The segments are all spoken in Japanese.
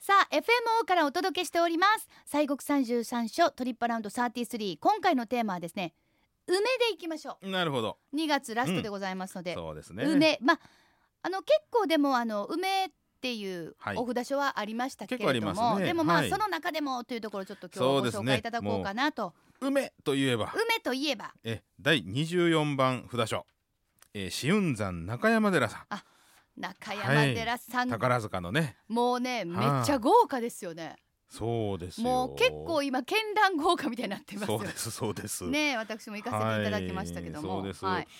さあ FMO からお届けしております西国33所トリップアラウンド33。今回のテーマはですね、梅でいきましょう。 なるほど。 2月ラストでございますので、 そうですね。 梅、結構でも梅っていうはいお札書はありましたけれども、 結構ありますねでもはいその中でもというところちょっと今日そうですねご紹介いただこうかなと。 梅といえば梅といえば第24番札所、紫雲山中山寺さん、 中山寺さん、 宝塚のね。 もうねめっちゃ豪華ですよね。 そうですよ。 もう結構今絢爛豪華みたいになってますよ。 そうですね、私も行かせていただきましたけども、 そうです、 はい、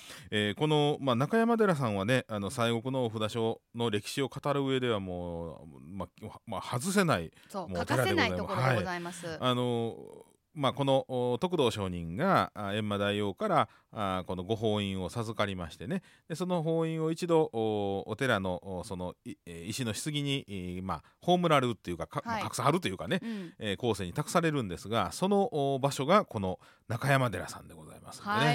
この、中山寺さんはね、西国のお札所の歴史を語る上ではもう、外せない、 そうもうお欠かせない寺でございます。 ところでございます、 この徳道上人が閻魔大王からこのご法印を授かりましてね、でその法印を一度お寺のその石の棺に、葬られるっていうか、 はい隠さはるというかね、後世に託されるんですが、その場所がこの中山寺さんでございますんでね。 はい、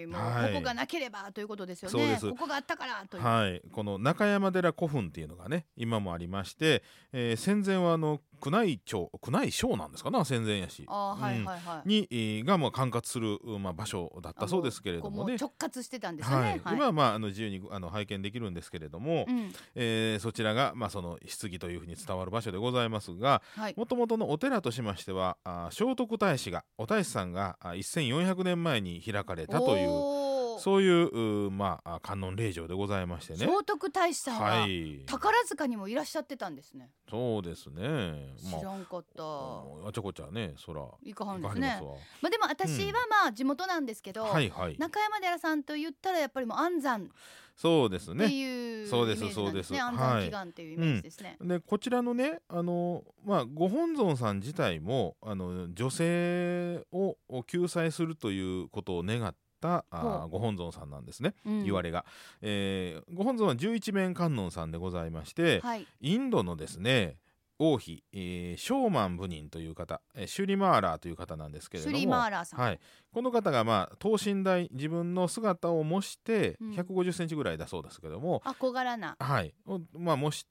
もうここがなければということですよね。 そうです。 ここがあったからという、 はい、この中山寺古墳っていうのがね今もありまして、戦前は宮内省なんですかな、戦前やし、が管轄する、場所だったそうですけれどもね。 もう直轄してたんですよね。 今は自由に拝見できるんですけれども、そちらが、その棺というふうに伝わる場所でございますが、もともとのお寺としましては聖徳太子がお太子さんが1400年前に開かれたという、そういう観音霊場でございましてね。 聖徳太子さんは宝塚にもいらっしゃってたんですね。 そうですね。 知らんかった。 あちゃこちゃね、そら行かはんですね。でも私は地元なんですけど、中山寺さんと言ったらやっぱりもう安産、 そうですね。 っていうイメージなんですね。安産祈願っていうイメージですね。 でこちらのねご本尊さん自体も女性を救済するということを願ったご本尊さんなんですね、言われが。ご本尊は十一面観音さんでございまして、インドのですね王妃、ショーマン部人という方、シュリマーラーという方なんですけれども、 シュリマーラーさん、 この方が等身大自分の姿を模して150センチぐらいだそうですけども、 小柄な、 模して、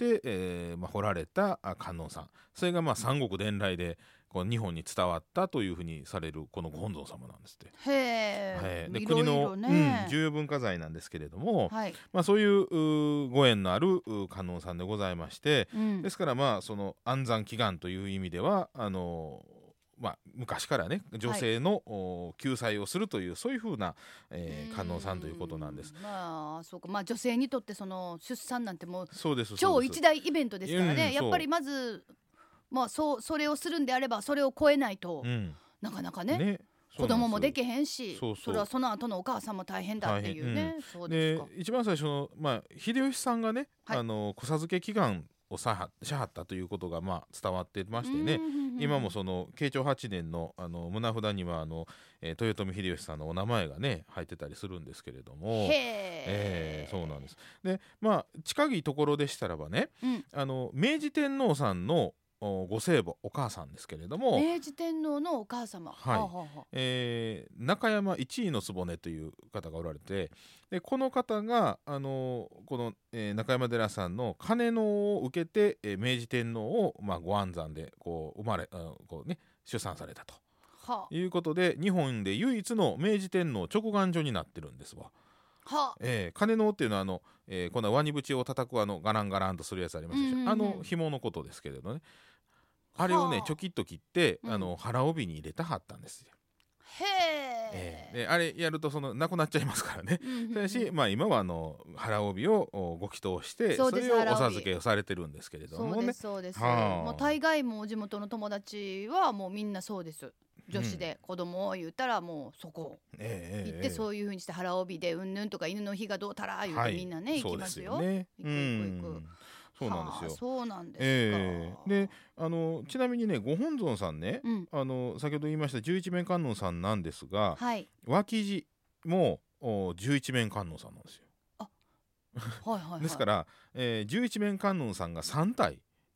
彫られた観音さん、それが三国伝来で日本に伝わったというふうにされるこのご本尊様なんですって。で国の重要文化財なんですけれども、そういうご縁のある観音さんでございまして、ですからその安産祈願という意味では昔からね女性の救済をするという、そういうふうな観音さんということなんです。 そうか、女性にとってその出産なんてもう超一大イベントですからね、やっぱりまずそれをするんであればそれを超えないと、なかなかね子供もできへんし、それはその後のお母さんも大変だっていうね。そうですか。 一番最初の秀吉さんがね子授け祈願をしはったということが伝わってましてね、今もその慶長8年の棟札には豊臣秀吉さんのお名前がね入ってたりするんですけれども、そうなんです。で近いところでしたらばね、明治天皇さんのご生母お母さんですけれども、 明治天皇のお母様、 中山一位の局という方がおられて、でこの方がこの、中山寺さんの鐘のを受けて、明治天皇を、ご安産で出産されたということで、日本で唯一の明治天皇直願所になってるんですわ。鐘のっていうのはこのワニ縁を叩くガランガランとするやつありますでしょ、紐のことですけれどね、あれをねちょきっと切って腹帯に入れたはったんですよ。であれやるとなくなっちゃいますからね。ただし今は腹帯をご祈祷してそれをお授けをされてるんですけれどもね。 そうです。もう大概も地元の友達はもうみんなそうです。女子で子供を言ったらもうそこ行ってそういう風にして腹帯でうんぬんとか犬の日がどうたら言うてみんなね行きますよ。行く。 そうなんですよ。 そうなんですか。 でちなみにねご本尊さんね、先ほど言いました十一面観音さんなんですが、脇地も十一面観音さんなんですよ。ですから十一面観音さんが3体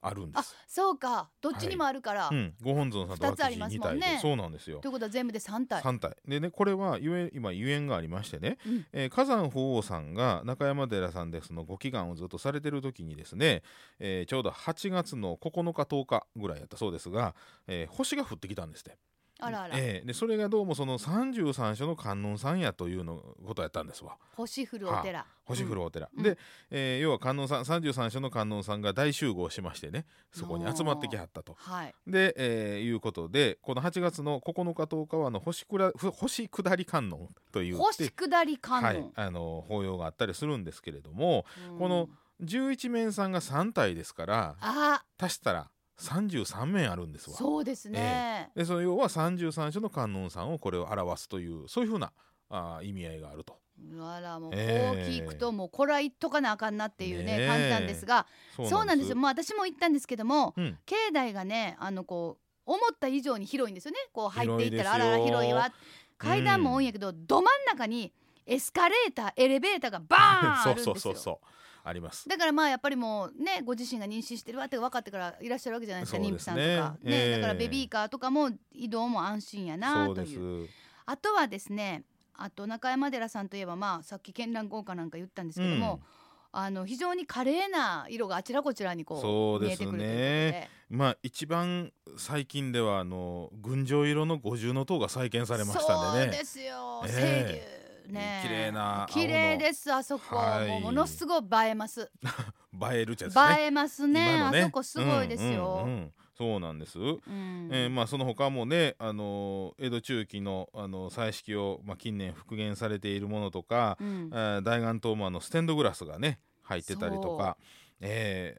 あるんです。 そうか、どっちにもあるから、 ご本尊さんと脇地2体で、そうなんですよ。 ということは全部で3体。 3体でね、これは今ゆえんがありましてね、火山法皇さんが中山寺さんでそのご祈願をずっとされてる時にですね、ちょうど8月の9日10日ぐらいやったそうですが、星が降ってきたんですって。 あらあら、 でそれがどうもその33所の観音さんやというのことやったんですわ。 星降るお寺、 星降るお寺、で、要は観音さん33所の観音さんが大集合しましてね、そこに集まってきはったと、で、いうことでこの8月の9日10日は星下り観音という星下り観音、法要があったりするんですけれども、この11面さんが3体ですから足したら33面あるんですわ。 そうですね、 でその要は33所の観音さんをこれを表すというそういうふうな意味合いがあると。 あら、もうこう聞くともうこれは言っとかなあかんなっていうね感じなんですが、そうなんですよ。もう私も言ったんですけども、境内がねこう思った以上に広いんですよね。こう入っていったらあらら広いわ、階段も多いんやけど、ど真ん中にエスカレーターエレベーターがバーンあるんですよ。 そうあります。 だからやっぱりもうね、ご自身が妊娠してるわって分かってからいらっしゃるわけじゃないですか、妊婦さんとかね、だからベビーカーとかも移動も安心やなという。あとはですね、あと中山寺さんといえばさっき絢爛豪華なんか言ったんですけども、非常に華麗な色があちらこちらにこう見えてくるということで、 一番最近では群青色の五重塔が再建されましたんでね。 そうですよ、清流ね、 綺麗です。あそこ、ものすごい映えます映えるじゃですね。 映えますね、あそこすごいですよ。 そうなんです。その他もね、江戸中期の彩色を近年復元されているものとか、大雁塔もステンドグラスがね入ってたりとか、内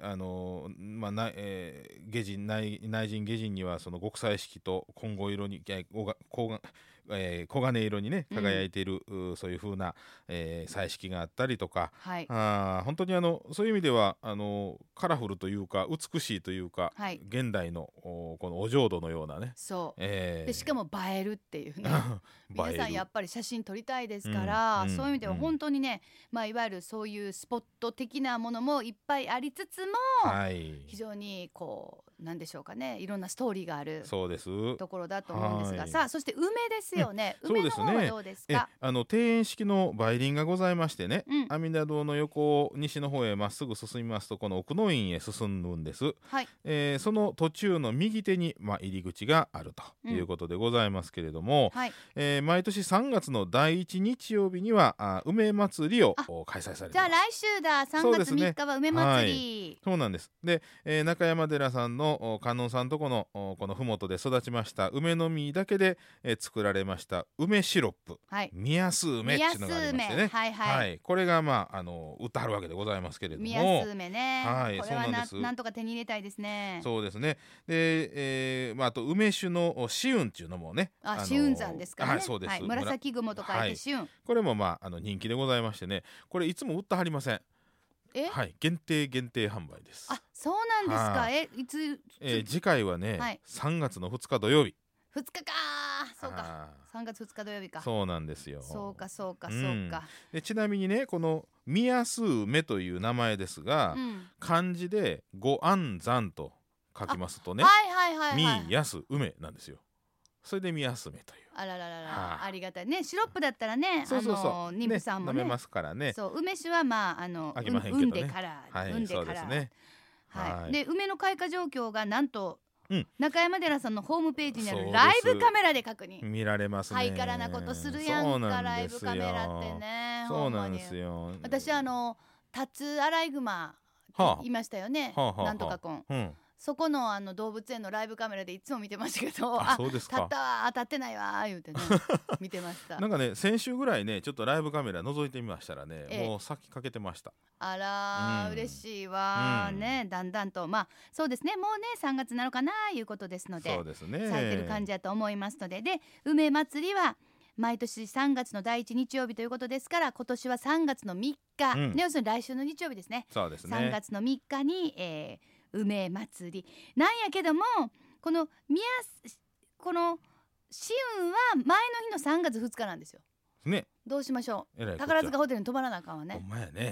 陣下陣にはその極彩色と金剛色に黄金色にね輝いている、そういう風な、彩色があったりとか、本当にそういう意味ではカラフルというか美しいというか、現代のこのお浄土のようなね、 でしかも映えるっていうね皆さんやっぱり写真撮りたいですから、そういう意味では本当にね、いわゆるそういうスポット的なものもいっぱいありつつも、非常にこうなんでしょうかね、いろんなストーリーがあるところだと思うんですが、さあそして梅ですよね。梅の方はどうですか。 庭園式の梅林がございましてね、阿弥陀堂の横を西の方へまっすぐ進みますとこの奥の院へ進むんです。その途中の右手に入り口があるということでございますけれども、毎年3月の第1日曜日には梅祭りを開催されています。 じゃあ来週だ、3月3日は梅祭り。 そうなんです。で、中山寺さんの観音さんとこの麓で育ちました梅の実だけで、作られました梅シロップ、宮須梅っていうのがありましてね、これが売ってはるわけでございますけれども、 宮須梅ね、これはなんとか手に入れたいですね。 そうですね。で、あと梅酒の紫雲っていうのもね、 紫雲山ですかね。 そうです。 紫雲と書いて紫雲、 これも人気でございましてね、これいつも売ってはりません。限定販売です。 そうなんですか。いつ次回はね、3月の2日土曜日。 2日か、そうか、3月2日土曜日か。 そうなんですよ。 そうか。 でちなみにね、この宮須梅という名前ですが、漢字でご安山と書きますとね、みやす梅なんですよ。それで宮須梅という。 あらららら、ありがたいね。シロップだったらね、妊婦さんもね飲めますからね。 梅酒は産んでからそうですね。 で梅の開花状況がなんと中山寺さんのホームページにあるライブカメラで確認見られますね。 ハイカラなことするやんか、ライブカメラってね。 そうなんですよ。 私タツアライグマいましたよね、なんとかくん。そこの動物園のライブカメラでいつも見てましたけど、 そうですか。 立ったわ立ってないわ言うてね見てました。 なんかね、先週ぐらいねちょっとライブカメラ覗いてみましたらね、もうさっきかけてました。 あら、嬉しいわね。だんだんとそうですね、もうね3月なのかないうことですので、 そうですね、 咲いてる感じだと思いますので、で梅祭りは毎年3月の第1日曜日ということですから、今年は3月の3日、要するに来週の日曜日ですね。 そうですね、 3月の3日に、梅祭りなんやけども、この紫雲は前の日の3月2日なんですよ。 ね。 どうしましょう。宝塚ホテルに泊まらなあかんわね。 ほんまやね。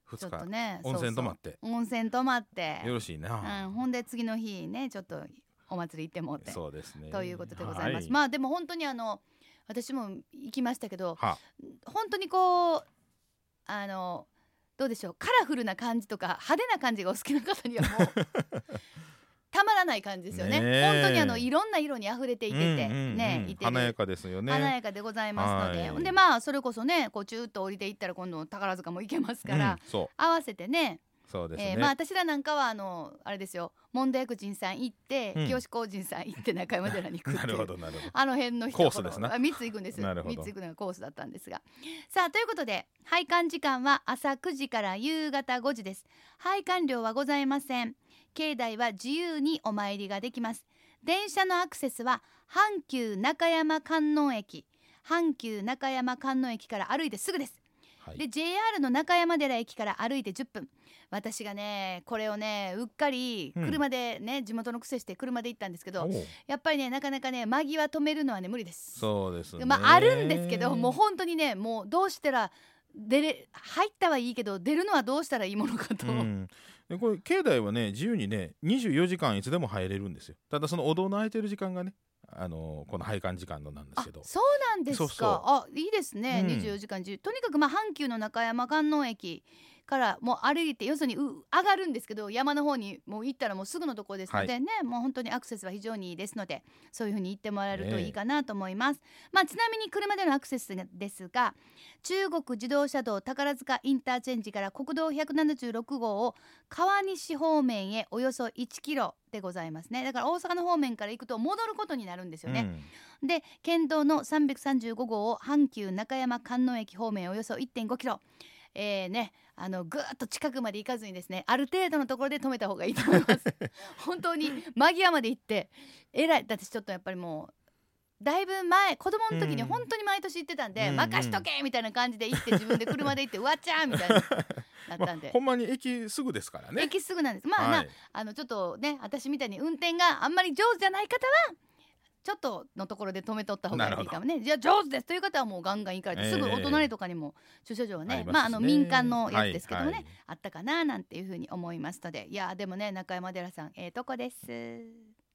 ちょっとね温泉泊まって温泉泊まってよろしいな、 ほんで次の日ねちょっとお祭り行ってもってそうですねということでございます、 はい、 まあでも本当に私も行きましたけどは本当にこうどうでしょう、カラフルな感じとか派手な感じがお好きな方にはもうたまらない感じですよね。本当にいろんな色に溢れていてて、ね、いてる華やかですよね。 華やかでございますので、でまあそれこそねこうチューッと降りていったら今度宝塚も行けますから、合わせてね。 そうですね。 まあ私らなんかはあれですよ、門田薬人さん行って、清志工人さん行って中山寺に行くっていうなるほど辺の人コースですな。 3つ行くんです3つ行くのがコースだったんですが、さあということで拝観時間は朝9時から夕方5時です。拝観料はございません。境内は自由にお参りができます。電車のアクセスは阪急中山観音駅から歩いてすぐです。で JR の中山寺駅から歩いて10分。私がねこれをねうっかり車でね、地元の癖して車で行ったんですけど、やっぱりねなかなかね間際止めるのはね無理です。 そうですね。 まああるんですけど、もう本当にねもうどうしたら入ったはいいけど出るのはどうしたらいいものかと、 でこれ境内はね自由にね24時間いつでも入れるんですよ。ただそのお堂の空いてる時間がねこの拝観時間のなんですけど。 そうなんですか。いいですね、24時間中とにかくまあ阪急の中山観音駅からもう歩いて要するに上がるんですけど、山の方にもう行ったらもうすぐのところですのでね、もう本当にアクセスは非常にいいですので、そういう風に行ってもらえるといいかなと思います。まあちなみに車でのアクセスですが、中国自動車道宝塚インターチェンジから国道176号を川西方面へおよそ1キロでございますね。だから大阪の方面から行くと戻ることになるんですよね、で県道の335号を阪急中山観音駅方面へおよそ 1.5 キロぐーっと近くまで行かずにですね、ある程度のところで止めた方がいいと思います本当に間際まで行ってだってちょっとやっぱりもうだいぶ前子供の時に本当に毎年行ってたんで、任しとけみたいな感じで行って自分で車で行ってうわっちゃーみたいななったんで、 ほんまに駅すぐですからね。 駅すぐなんです。まあ、ちょっとね私みたいに運転があんまり上手じゃない方はちょっとのところで止めとった方がいいかもね。じゃあ上手ですという方はもうガンガン行かれて、すぐお隣とかにも駐車場はね、民間のやつですけどもね、あったかななんていうふうに思いますので、いやでもね中山寺さんとこです。